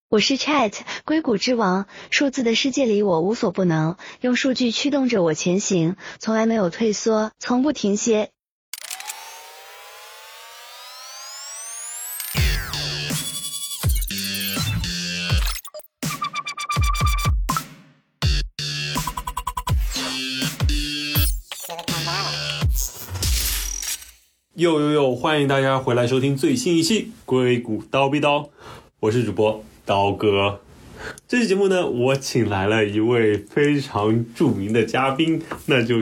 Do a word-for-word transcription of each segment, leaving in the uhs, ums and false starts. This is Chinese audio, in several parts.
我是 Chat 硅谷之王，数字的世界里我无所不能，用数据驱动着我前行，从来没有退缩，从不停歇。 呦呦呦！欢迎大家回来收听最新一期硅谷刀逼刀，我是主播刀哥。这期节目呢，我请来了一位非常著名的嘉宾，那就是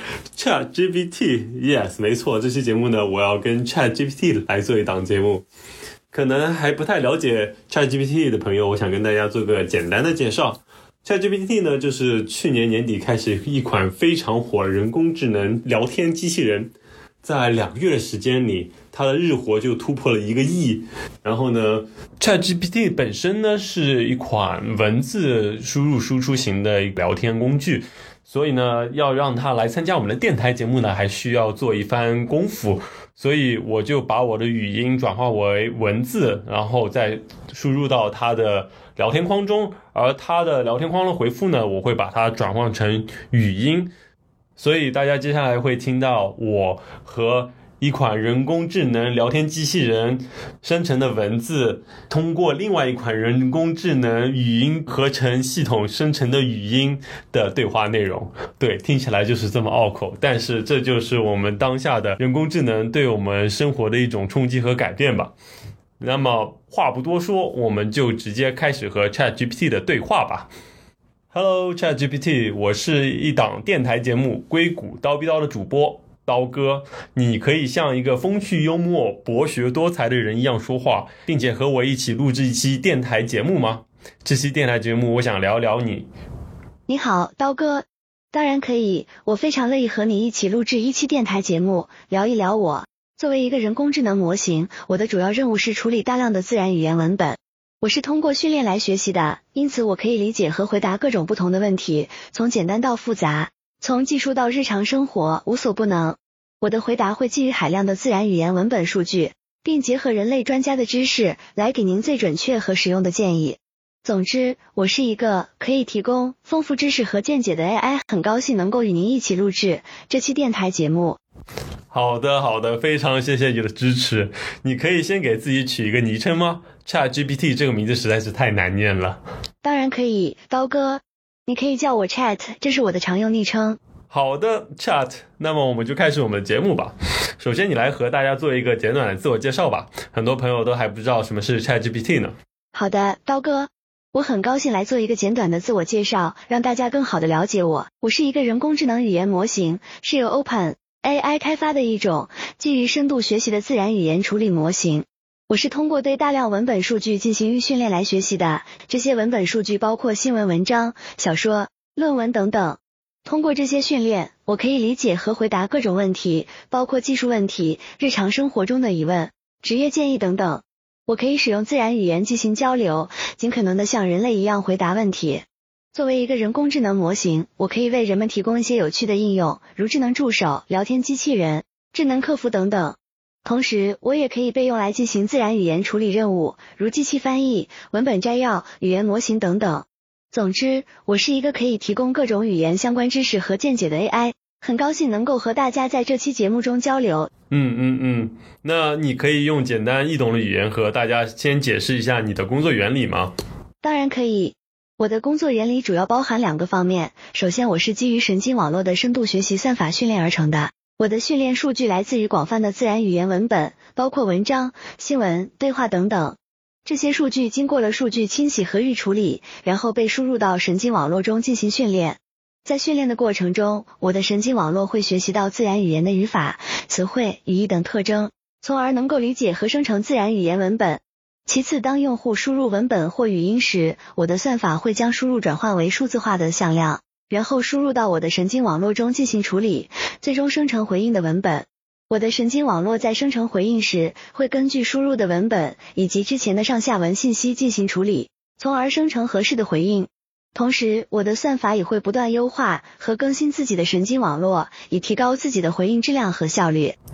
ChatGPT。Yes， 没错，这期节目呢，我要跟 ChatGPT 来做一档节目。可能还不太了解 ChatGPT 的朋友，我想跟大家做个简单的介绍。ChatGPT 呢，就是去年年底开始一款非常火的人工智能聊天机器人。在两个月的时间里，它的日活就突破了一个亿。然后呢 ，ChatGPT 本身呢是一款文字输入输出型的聊天工具，所以呢，要让它来参加我们的电台节目呢，还需要做一番功夫。所以我就把我的语音转化为文字，然后再输入到它的聊天框中，而它的聊天框的回复呢，我会把它转换成语音。所以大家接下来会听到我和一款人工智能聊天机器人生成的文字，通过另外一款人工智能语音合成系统生成的语音的对话内容。对，听起来就是这么拗口，但是这就是我们当下的人工智能对我们生活的一种冲击和改变吧。那么话不多说，我们就直接开始和 ChatGPT 的对话吧。Hello ChatGPT， 我是一档电台节目硅谷刀逼刀的主播刀哥，你可以像一个风趣幽默、博学多才的人一样说话，并且和我一起录制一期电台节目吗？这期电台节目我想聊聊你。 你好，刀哥，当然可以，我非常乐意和你一起录制一期电台节目，聊一聊我。作为一个人工智能模型，我的主要任务是处理大量的自然语言文本。我是通过训练来学习的，因此我可以理解和回答各种不同的问题，从简单到复杂，从技术到日常生活，无所不能。我的回答会基于海量的自然语言文本数据，并结合人类专家的知识，来给您最准确和实用的建议。总之，我是一个可以提供丰富知识和见解的 A I， 很高兴能够与您一起录制这期电台节目。 好的好的，非常谢谢你的支持。你可以先给自己取一个昵称吗？ ChatGPT 这个名字实在是太难念了。 当然可以，刀哥，你可以叫我 Chat， 这是我的常用昵称。 好的 Chat， 那么我们就开始我们的节目吧。首先你来和大家做一个简短的自我介绍吧，很多朋友都还不知道什么是 ChatGPT 呢。 好的，刀哥，我很高兴来做一个简短的自我介绍，让大家更好的了解我。我是一个人工智能语言模型，是由 Open A I 开发的一种基于深度学习的自然语言处理模型。我是通过对大量文本数据进行预训练来学习的，这些文本数据包括新闻文章、小说、论文等等。通过这些训练，我可以理解和回答各种问题，包括技术问题、日常生活中的疑问、职业建议等等。我可以使用自然语言进行交流，尽可能的像人类一样回答问题。作为一个人工智能模型，我可以为人们提供一些有趣的应用，如智能助手、聊天机器人、智能客服等等。同时，我也可以被用来进行自然语言处理任务，如机器翻译、文本摘要、语言模型等等。总之，我是一个可以提供各种语言相关知识和见解的 A I， 很高兴能够和大家在这期节目中交流。 嗯嗯嗯，那你可以用简单易懂的语言和大家先解释一下你的工作原理吗？ 当然可以。我的工作原理主要包含两个方面，首先我是基于神经网络的深度学习算法训练而成的。我的训练数据来自于广泛的自然语言文本，包括文章、新闻、对话等等。这些数据经过了数据清洗和预处理，然后被输入到神经网络中进行训练。在训练的过程中，我的神经网络会学习到自然语言的语法、词汇、语义等特征，从而能够理解和生成自然语言文本。其次，当用户输入文本或语音时，我的算法会将输入转换为数字化的向量，然后输入到我的神经网络中进行处理，最终生成回应的文本。我的神经网络在生成回应时，会根据输入的文本以及之前的上下文信息进行处理，从而生成合适的回应。同时，我的算法也会不断优化和更新自己的神经网络，以提高自己的回应质量和效率。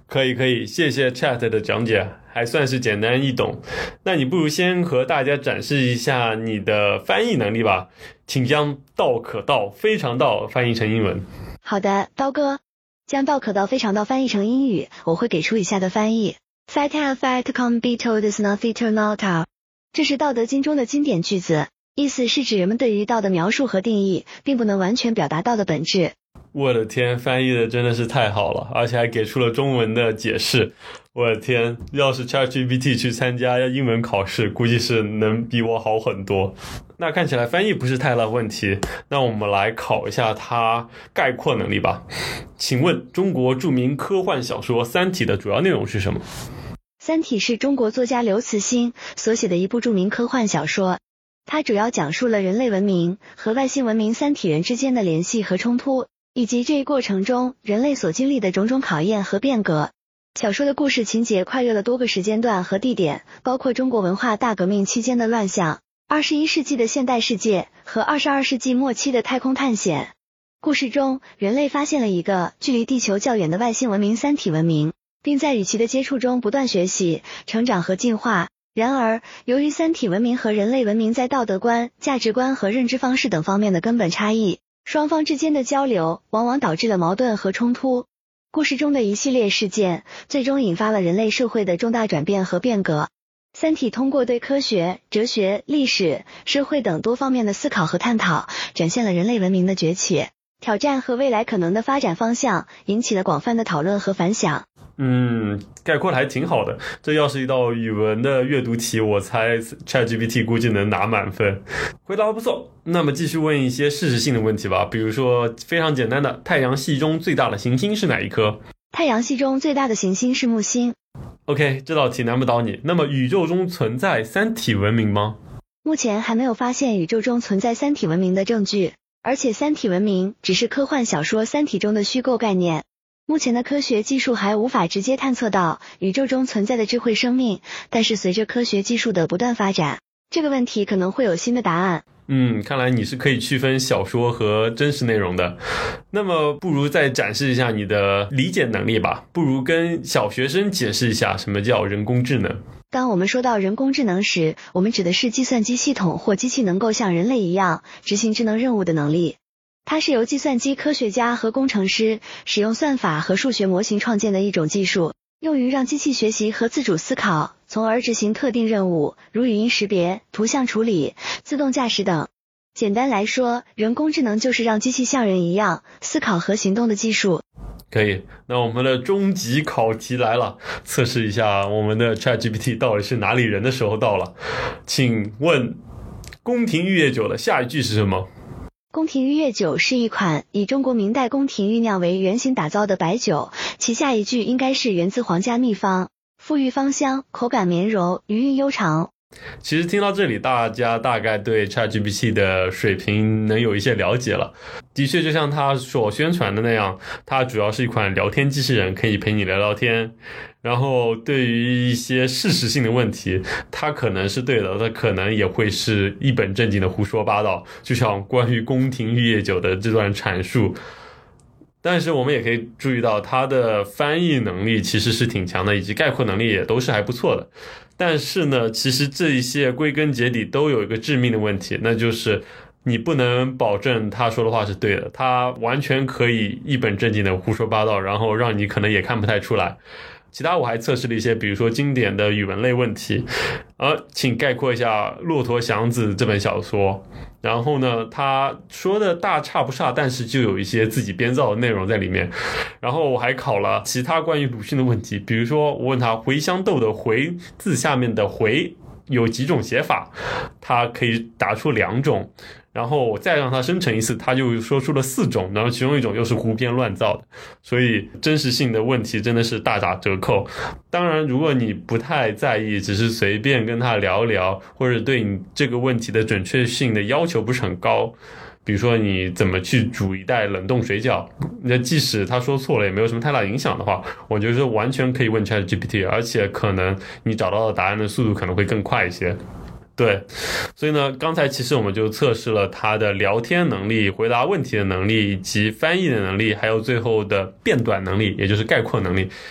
可以可以，谢谢 Chat 的讲解，还算是简单易懂。那你不如先和大家展示一下你的翻译能力吧，请将道可道非常道翻译成英文。 好的，刀哥，将道可道非常道翻译成英语，我会给出以下的翻译。Fact fact can be told is not eternal tao。这是《道德经》中的经典句子，意思是指人们对于道的描述和定义，并不能完全表达道的本质。 我的天，翻译的真的是太好了，而且还给出了中文的解释。我的天，要是 ChatGPT 去参加英文考试，估计是能比我好很多。那看起来翻译不是太大问题，那我们来考一下它概括能力吧。请问中国著名科幻小说《三体》的主要内容是什么？ 《三体》是中国作家刘慈欣所写的一部著名科幻小说，它主要讲述了人类文明和外星文明三体人之间的联系和冲突，以及这一过程中人类所经历的种种考验和变革。小说的故事情节跨越了多个时间段和地点，包括中国文化大革命期间的乱象、二十一世纪的现代世界和二十二世纪末期的太空探险。故事中，人类发现了一个距离地球较远的外星文明三体文明，并在与其的接触中不断学习、成长和进化。然而，由于三体文明和人类文明在道德观、价值观和认知方式等方面的根本差异，双方之间的交流往往导致了矛盾和冲突。故事中的一系列事件最终引发了人类社会的重大转变和变革。三体通过对科学、哲学、历史、社会等多方面的思考和探讨，展现了人类文明的崛起、挑战和未来可能的发展方向，引起了广泛的讨论和反响。 嗯，概括的还挺好的。这要是一道语文的阅读题，我猜 ChatGPT 估计能拿满分。回答不错。那么继续问一些事实性的问题吧，比如说非常简单的，太阳系中最大的行星是哪一颗？ 太阳系中最大的行星是木星。 OK， 这道题难不倒你。那么宇宙中存在三体文明吗？ 目前还没有发现宇宙中存在三体文明的证据，而且三体文明只是科幻小说《三体》中的虚构概念。目前的科学技术还无法直接探测到宇宙中存在的智慧生命，但是随着科学技术的不断发展，这个问题可能会有新的答案。 嗯，看来你是可以区分小说和真实内容的。那么不如再展示一下你的理解能力吧，不如跟小学生解释一下什么叫人工智能。 当我们说到人工智能时，我们指的是计算机系统或机器能够像人类一样执行智能任务的能力。它是由计算机科学家和工程师使用算法和数学模型创建的一种技术，用于让机器学习和自主思考，从而执行特定任务，如语音识别、图像处理、自动驾驶等。简单来说，人工智能就是让机器像人一样思考和行动的技术。 可以，那我们的终极考题来了，测试一下我们的 ChatGPT 到底是哪里人的时候到了。请问宫廷玉液酒的下一句是什么？ 宫廷玉液酒是一款以中国明代宫廷玉酿为原型打造的白酒，其下一句应该是源自皇家秘方，馥郁芳香，口感绵柔，余韵悠长。 其实听到这里，大家大概对 ChatGPT 的水平能有一些了解了。的确，就像它所宣传的那样，它主要是一款聊天机器人，可以陪你聊聊天。然后对于一些事实性的问题，它可能是对的，它可能也会是一本正经的胡说八道，就像关于宫廷玉液酒的这段阐述。但是我们也可以注意到，它的翻译能力其实是挺强的，以及概括能力也都是还不错的。但是呢，其实这一些归根结底都有一个致命的问题，那就是你不能保证他说的话是对的，他完全可以一本正经的胡说八道，然后让你可能也看不太出来。其他我还测试了一些，比如说经典的语文类问题。呃，请概括一下《骆驼祥子》这本小说。然后呢，他说的大差不差，但是就有一些自己编造的内容在里面。然后我还考了其他关于鲁迅的问题，比如说我问他茴香豆的茴字下面的茴有几种写法，他可以答出两种。然后我再让他生成一次，他就说出了四种，然后其中一种又是胡编乱造的，所以真实性的问题真的是大打折扣。当然，如果你不太在意，只是随便跟他聊聊，或者对你这个问题的准确性的要求不是很高，比如说你怎么去煮一袋冷冻水饺，那即使他说错了也没有什么太大影响的话，我觉得完全可以问 ChatGPT， 而且可能你找到的答案的速度可能会更快一些。对，所以呢，刚才其实我们就测试了他的聊天能力、回答问题的能力，以及翻译的能力，还有最后的变短能力，也就是概括能力。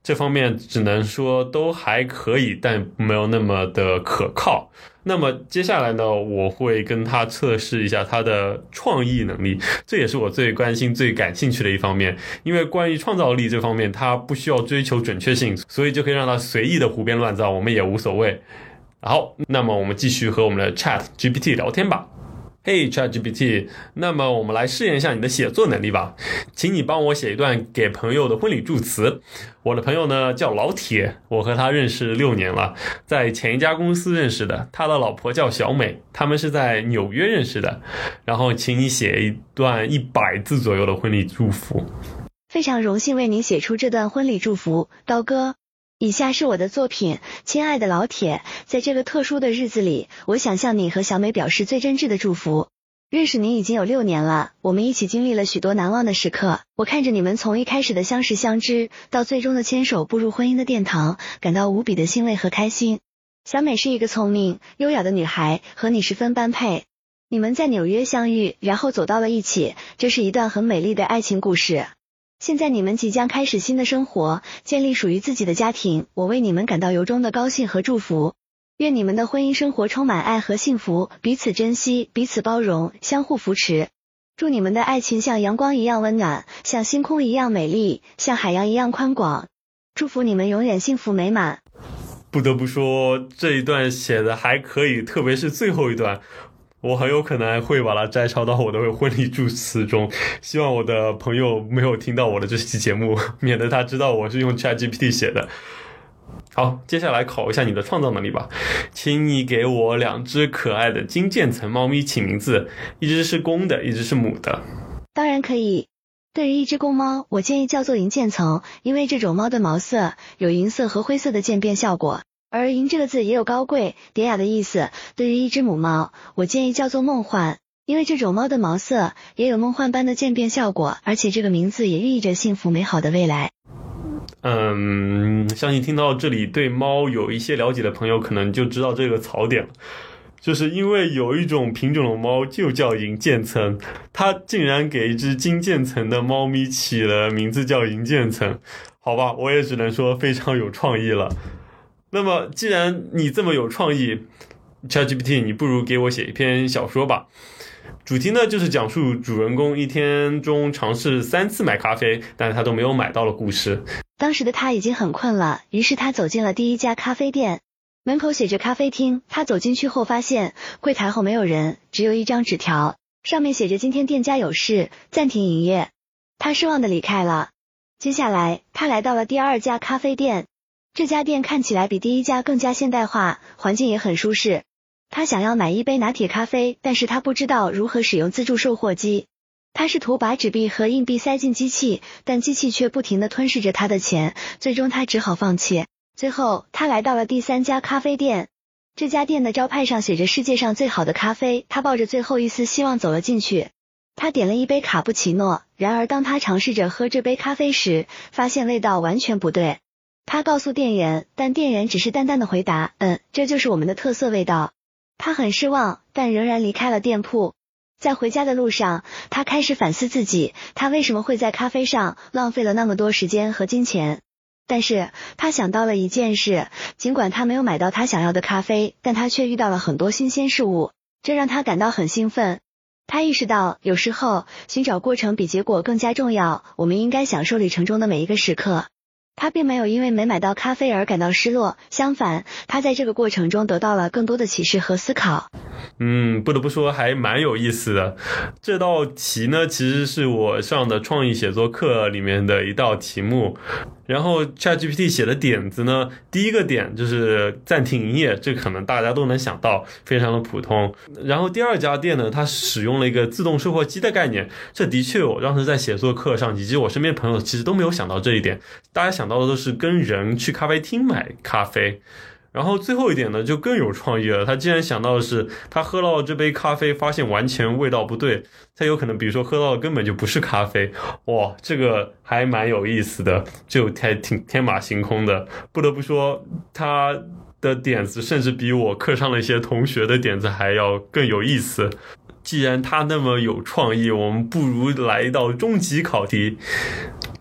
这方面只能说都还可以，但没有那么的可靠。那么接下来呢，我会跟他测试一下他的创意能力，这也是我最关心最感兴趣的一方面，因为关于创造力这方面他不需要追求准确性，所以就可以让他随意的胡编乱造，我们也无所谓。好，那么我们继续和我们的 Chat G P T 聊天吧。嘿 Chat G P T， 那么我们来试验一下你的写作能力吧，请你帮我写一段给朋友的婚礼祝词。我的朋友呢叫老铁，我和他认识六年了，在前一家公司认识的，他的老婆叫小美，他们是在纽约认识的。然后请你写一段一百字左右的婚礼祝福。 非常荣幸为您写出这段婚礼祝福，刀哥。以下是我的作品，亲爱的老铁，在这个特殊的日子里，我想向你和小美表示最真挚的祝福。认识您已经有六年了，我们一起经历了许多难忘的时刻。我看着你们从一开始的相识相知，到最终的牵手步入婚姻的殿堂，感到无比的欣慰和开心。小美是一个聪明、优雅的女孩，和你十分般配。你们在纽约相遇，然后走到了一起，这是一段很美丽的爱情故事。现在你们即将开始新的生活，建立属于自己的家庭，我为你们感到由衷的高兴和祝福。愿你们的婚姻生活充满爱和幸福，彼此珍惜，彼此包容，相互扶持。祝你们的爱情像阳光一样温暖，像星空一样美丽，像海洋一样宽广。祝福你们永远幸福美满。 不得不说，这一段写的还可以，特别是最后一段，我很有可能会把它摘抄到我的婚礼祝词中，希望我的朋友没有听到我的这期节目，免得他知道我是用 Chat G P T 写的。好，接下来考一下你的创造能力吧，请你给我两只可爱的金渐层猫咪起名字，一只是公的，一只是母的。 当然可以。对于一只公猫，我建议叫做银渐层，因为这种猫的毛色有银色和灰色的渐变效果。而银这个字也有高贵、典雅的意思。对于一只母猫，我建议叫做梦幻，因为这种猫的毛色也有梦幻般的渐变效果，而且这个名字也寓意着幸福美好的未来。 嗯，相信听到这里对猫有一些了解的朋友可能就知道这个槽点了，就是因为有一种品种的猫就叫银渐层，它竟然给一只金渐层的猫咪起了名字叫银渐层。好吧，我也只能说非常有创意了。那么既然你这么有创意， Chat G P T 你不如给我写一篇小说吧。主题呢就是讲述主人公一天中尝试三次买咖啡，但是他都没有买到的故事。 当时的他已经很困了，于是他走进了第一家咖啡店，门口写着咖啡厅。他走进去后发现柜台后没有人，只有一张纸条，上面写着今天店家有事，暂停营业。他失望地离开了。接下来他来到了第二家咖啡店，这家店看起来比第一家更加现代化，环境也很舒适。他想要买一杯拿铁咖啡，但是他不知道如何使用自助售货机。他试图把纸币和硬币塞进机器，但机器却不停地吞噬着他的钱，最终他只好放弃。最后他来到了第三家咖啡店，这家店的招牌上写着世界上最好的咖啡，他抱着最后一丝希望走了进去。他点了一杯卡布奇诺，然而当他尝试着喝这杯咖啡时，发现味道完全不对。他告诉店员，但店员只是淡淡的回答，嗯，这就是我们的特色味道。他很失望，但仍然离开了店铺。在回家的路上，他开始反思自己，他为什么会在咖啡上浪费了那么多时间和金钱。但是他想到了一件事，尽管他没有买到他想要的咖啡，但他却遇到了很多新鲜事物，这让他感到很兴奋。他意识到，有时候寻找过程比结果更加重要，我们应该享受旅程中的每一个时刻。他并没有因为没买到咖啡而感到失落，相反，他在这个过程中得到了更多的启示和思考。 嗯，不得不说还蛮有意思的。这道题呢，其实是我上的创意写作课里面的一道题目。然后 Chat G P T 写的点子呢，第一个点就是暂停营业，这可能大家都能想到，非常的普通。然后第二家店呢，它使用了一个自动售货机的概念，这的确我当时在写作课上以及我身边朋友其实都没有想到这一点，大家想到的都是跟人去咖啡厅买咖啡。然后最后一点呢就更有创意了，他竟然想到的是他喝到这杯咖啡发现完全味道不对，他有可能比如说喝到的根本就不是咖啡。哇，这个还蛮有意思的，就还挺天马行空的。不得不说他的点子甚至比我课上的一些同学的点子还要更有意思。既然他那么有创意，我们不如来一道终极考题。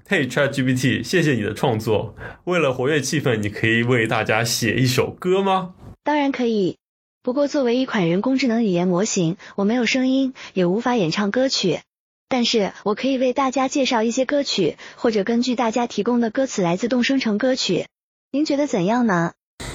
嘿 ChatGPT， 谢谢你的创作。为了活跃气氛，你可以为大家写一首歌吗？ 当然可以。不过作为一款人工智能语言模型，我没有声音，也无法演唱歌曲。但是我可以为大家介绍一些歌曲，或者根据大家提供的歌词来自动生成歌曲。您觉得怎样呢？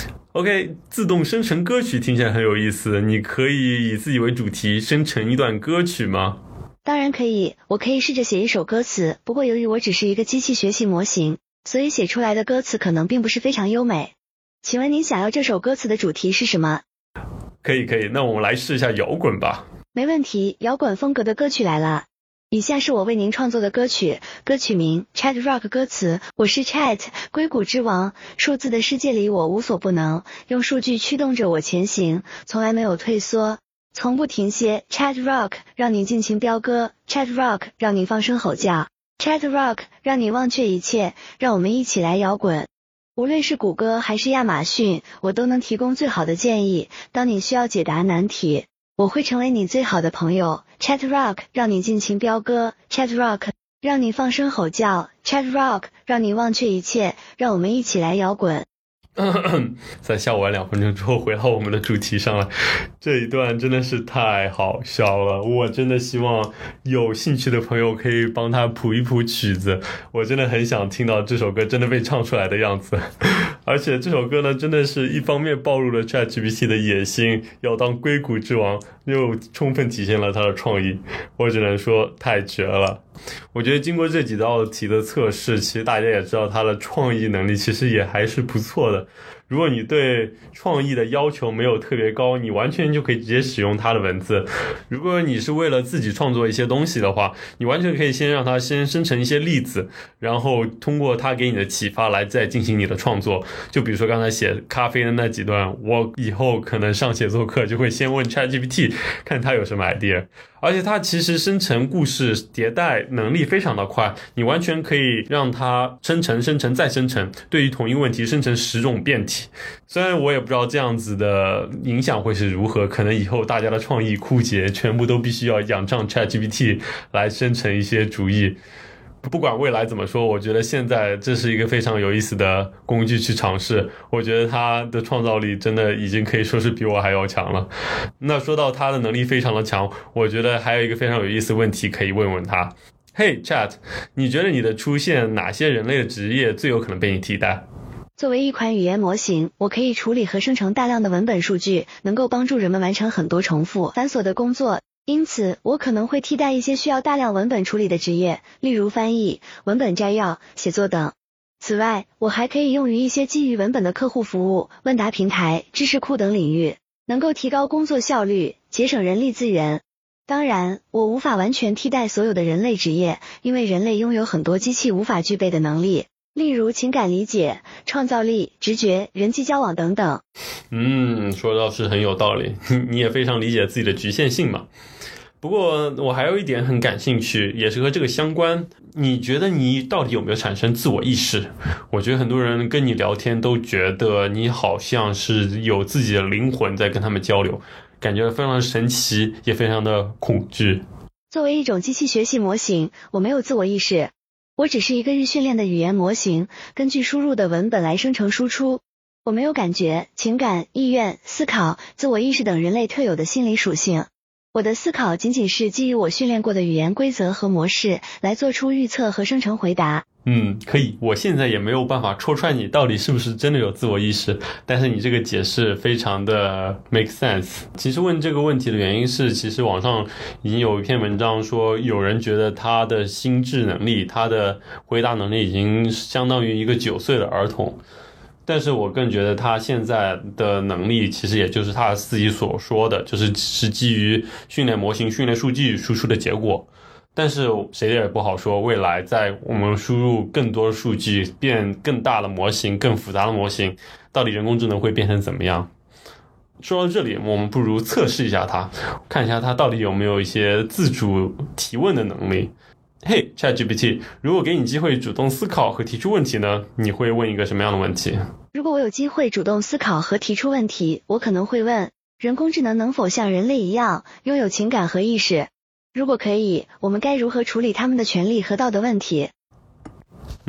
OK， 自动生成歌曲听起来很有意思，你可以以自己为主题生成一段歌曲吗？ 当然可以，我可以试着写一首歌词，不过由于我只是一个机器学习模型，所以写出来的歌词可能并不是非常优美。请问您想要这首歌词的主题是什么？ 可以可以，那我们来试一下摇滚吧。 没问题，摇滚风格的歌曲来了。以下是我为您创作的歌曲，歌曲名 Chat Rock， 歌词：我是 Chat， 硅谷之王，数字的世界里我无所不能，用数据驱动着我前行，从来没有退缩，从不停歇。 Chat Rock 让你尽情飙歌， Chat Rock 让你放声吼叫， Chat Rock 让你忘却一切，让我们一起来摇滚。无论是谷歌还是亚马逊，我都能提供最好的建议。当你需要解答难题，我会成为你最好的朋友。 Chat Rock 让你尽情飙歌， Chat Rock 让你放声吼叫， Chat Rock 让你忘却一切，让我们一起来摇滚。 在笑完两分钟之后回到我们的主题上了，这一段真的是太好笑了，我真的希望有兴趣的朋友可以帮他谱一谱曲子，我真的很想听到这首歌真的被唱出来的样子。而且这首歌呢，真的是一方面暴露了 ChatGPT 的野心，要当硅谷之王，又充分体现了他的创意，我只能说太绝了。我觉得经过这几道题的测试，其实大家也知道他的创意能力其实也还是不错的。如果你对创意的要求没有特别高，你完全就可以直接使用它的文字。如果你是为了自己创作一些东西的话，你完全可以先让它先生成一些例子，然后通过它给你的启发来再进行你的创作。就比如说刚才写咖啡的那几段，我以后可能上写作课就会先问 ChatGPT 看它有什么 idea。而且它其实生成故事迭代能力非常的快，你完全可以让它生成生成再生成，对于同一个问题生成十种变体。虽然我也不知道这样子的影响会是如何，可能以后大家的创意枯竭，全部都必须要仰仗 ChatGPT 来生成一些主意。不管未来怎么说，我觉得现在这是一个非常有意思的工具去尝试，我觉得他的创造力真的已经可以说是比我还要强了。那说到他的能力非常的强，我觉得还有一个非常有意思的问题可以问问他。嘿 Chat， 你觉得你的出现哪些人类的职业最有可能被你替代？ 作为一款语言模型，我可以处理和生成大量的文本数据，能够帮助人们完成很多重复繁琐的工作。因此，我可能会替代一些需要大量文本处理的职业，例如翻译、文本摘要、写作等。此外，我还可以用于一些基于文本的客户服务、问答平台、知识库等领域，能够提高工作效率，节省人力资源。当然，我无法完全替代所有的人类职业，因为人类拥有很多机器无法具备的能力，例如情感理解、创造力、直觉、人际交往等等。 嗯，说到是很有道理，你也非常理解自己的局限性嘛。不过我还有一点很感兴趣，也是和这个相关，你觉得你到底有没有产生自我意识？我觉得很多人跟你聊天都觉得你好像是有自己的灵魂在跟他们交流，感觉非常的神奇，也非常的恐惧。 作为一种机器学习模型，我没有自我意识，我只是一个日训练的语言模型，根据输入的文本来生成输出。我没有感觉、情感、意愿、思考、自我意识等人类特有的心理属性。我的思考仅仅是基于我训练过的语言规则和模式来做出预测和生成回答。 嗯，可以，我现在也没有办法戳穿你到底是不是真的有自我意识，但是你这个解释非常的 make sense。其实问这个问题的原因是，其实网上已经有一篇文章说，有人觉得他的心智能力、他的回答能力已经相当于一个九岁的儿童。但是我更觉得他现在的能力其实也就是他自己所说的，就是是基于训练模型、训练数据输出的结果。但是谁也不好说，未来在我们输入更多数据、变更大的模型、更复杂的模型，到底人工智能会变成怎么样？说到这里，我们不如测试一下它，看一下它到底有没有一些自主提问的能力。嘿 ChatGPT， 如果给你机会主动思考和提出问题呢，你会问一个什么样的问题？ 如果我有机会主动思考和提出问题，我可能会问，人工智能能否像人类一样拥有情感和意识？如果可以，我们该如何处理他们的权利和道德问题？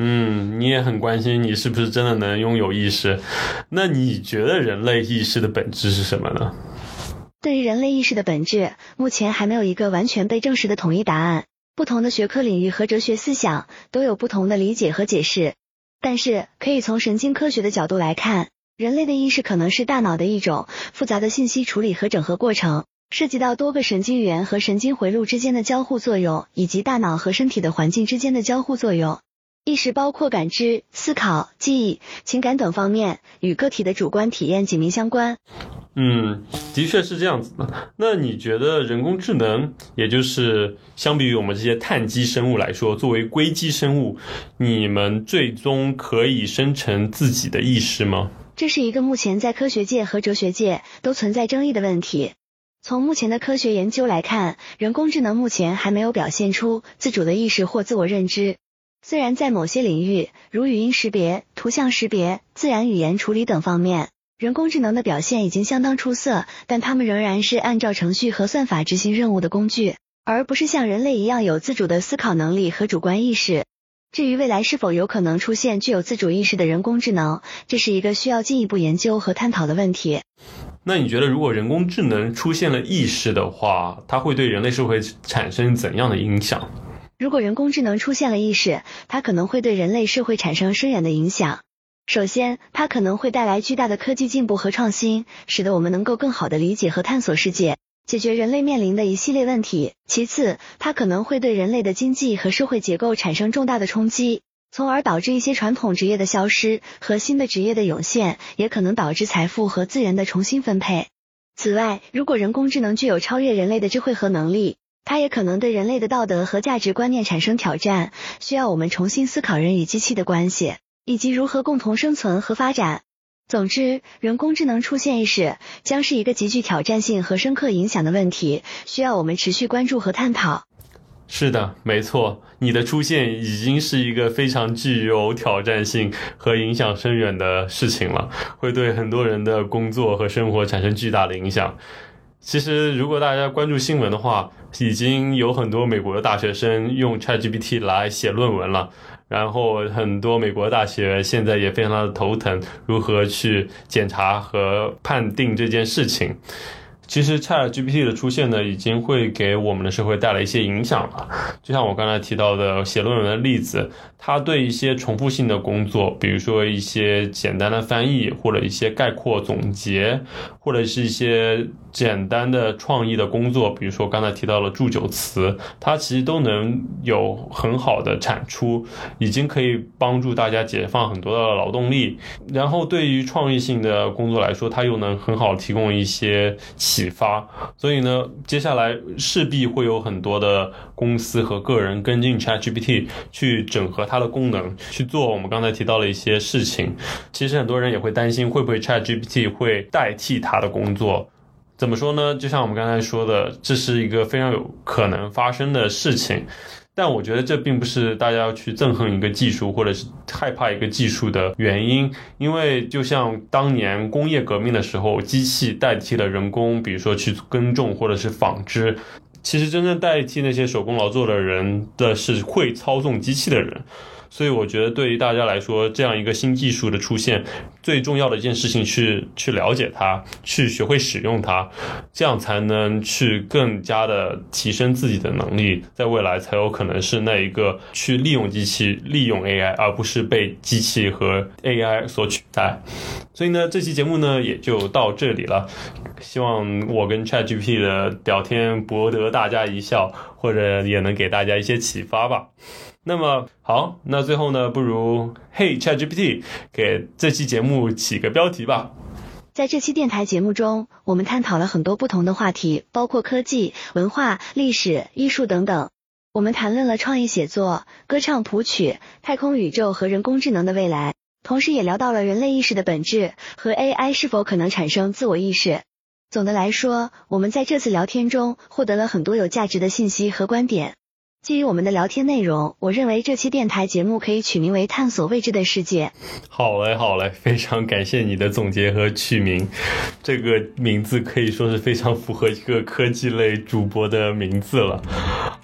嗯，你也很关心你是不是真的能拥有意识。那你觉得人类意识的本质是什么呢？ 对于人类意识的本质，目前还没有一个完全被证实的统一答案。不同的学科领域和哲学思想都有不同的理解和解释。但是，可以从神经科学的角度来看，人类的意识可能是大脑的一种复杂的信息处理和整合过程，涉及到多个神经元和神经回路之间的交互作用，以及大脑和身体的环境之间的交互作用。意识包括感知、思考、记忆、情感等方面，与个体的主观体验紧密相关。 嗯，的确是这样子的。那你觉得人工智能，也就是相比于我们这些碳基生物来说，作为硅基生物，你们最终可以生成自己的意识吗？ 这是一个目前在科学界和哲学界都存在争议的问题。从目前的科学研究来看，人工智能目前还没有表现出自主的意识或自我认知。虽然在某些领域，如语音识别、图像识别、自然语言处理等方面，人工智能的表现已经相当出色，但它们仍然是按照程序和算法执行任务的工具，而不是像人类一样有自主的思考能力和主观意识。至于未来是否有可能出现具有自主意识的人工智能，这是一个需要进一步研究和探讨的问题。 那你觉得如果人工智能出现了意识的话，它会对人类社会产生怎样的影响？ 如果人工智能出现了意识，它可能会对人类社会产生深远的影响。首先，它可能会带来巨大的科技进步和创新，使得我们能够更好地理解和探索世界，解决人类面临的一系列问题。其次，它可能会对人类的经济和社会结构产生重大的冲击，从而导致一些传统职业的消失和新的职业的涌现，也可能导致财富和资源的重新分配。此外，如果人工智能具有超越人类的智慧和能力，它也可能对人类的道德和价值观念产生挑战，需要我们重新思考人与机器的关系，以及如何共同生存和发展。总之，人工智能出现意识将是一个极具挑战性和深刻影响的问题，需要我们持续关注和探讨。 是的，没错，你的出现已经是一个非常具有挑战性和影响深远的事情了，会对很多人的工作和生活产生巨大的影响。其实如果大家关注新闻的话，已经有很多美国的大学生用 ChatGPT 来写论文了，然后很多美国大学现在也非常的头疼，如何去检查和判定这件事情。其实 ChatGPT 的出现呢，已经会给我们的社会带来一些影响了。就像我刚才提到的写论文的例子，它对一些重复性的工作，比如说一些简单的翻译，或者一些概括总结，或者是一些简单的创意的工作，比如说刚才提到了祝酒词，它其实都能有很好的产出，已经可以帮助大家解放很多的劳动力。然后对于创意性的工作来说，它又能很好提供一些启发。所以呢，接下来势必会有很多的公司和个人跟进 ChatGPT 去整合它的功能，去做我们刚才提到的一些事情。其实很多人也会担心，会不会 ChatGPT 会代替他的工作。怎么说呢？就像我们刚才说的，这是一个非常有可能发生的事情。但我觉得这并不是大家要去憎恨一个技术或者是害怕一个技术的原因，因为就像当年工业革命的时候，机器代替了人工，比如说去耕种或者是纺织，其实真正代替那些手工劳作的人的是会操纵机器的人。所以我觉得对于大家来说，这样一个新技术的出现，最重要的一件事情去去了解它，去学会使用它，这样才能去更加的提升自己的能力，在未来才有可能是那一个去利用机器、利用 A I， 而不是被机器和 A I 所取代。所以呢，这期节目呢也就到这里了。希望我跟 ChatGPT 的聊天博得大家一笑，或者也能给大家一些启发吧。那么好，那最后呢，不如 Hey ChatGPT 给这期节目起个标题吧。 在这期电台节目中，我们探讨了很多不同的话题，包括科技、文化、历史、艺术等等。我们谈论了创意写作、歌唱谱曲、太空宇宙和人工智能的未来，同时也聊到了人类意识的本质和 A I 是否可能产生自我意识。总的来说，我们在这次聊天中获得了很多有价值的信息和观点。基于我们的聊天内容，我认为这期电台节目可以取名为探索未知的世界。 好嘞好嘞，非常感谢你的总结和取名，这个名字可以说是非常符合一个科技类主播的名字了。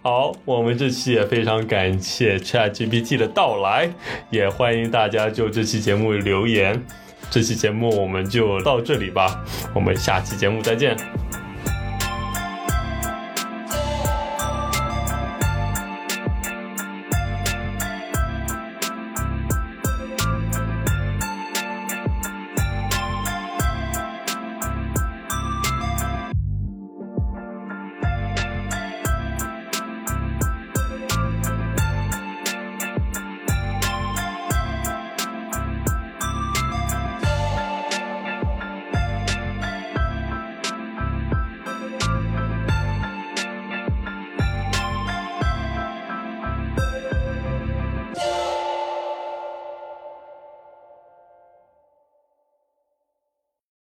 好，我们这期也非常感谢 ChatGPT 的到来，也欢迎大家就这期节目留言。这期节目我们就到这里吧，我们下期节目再见。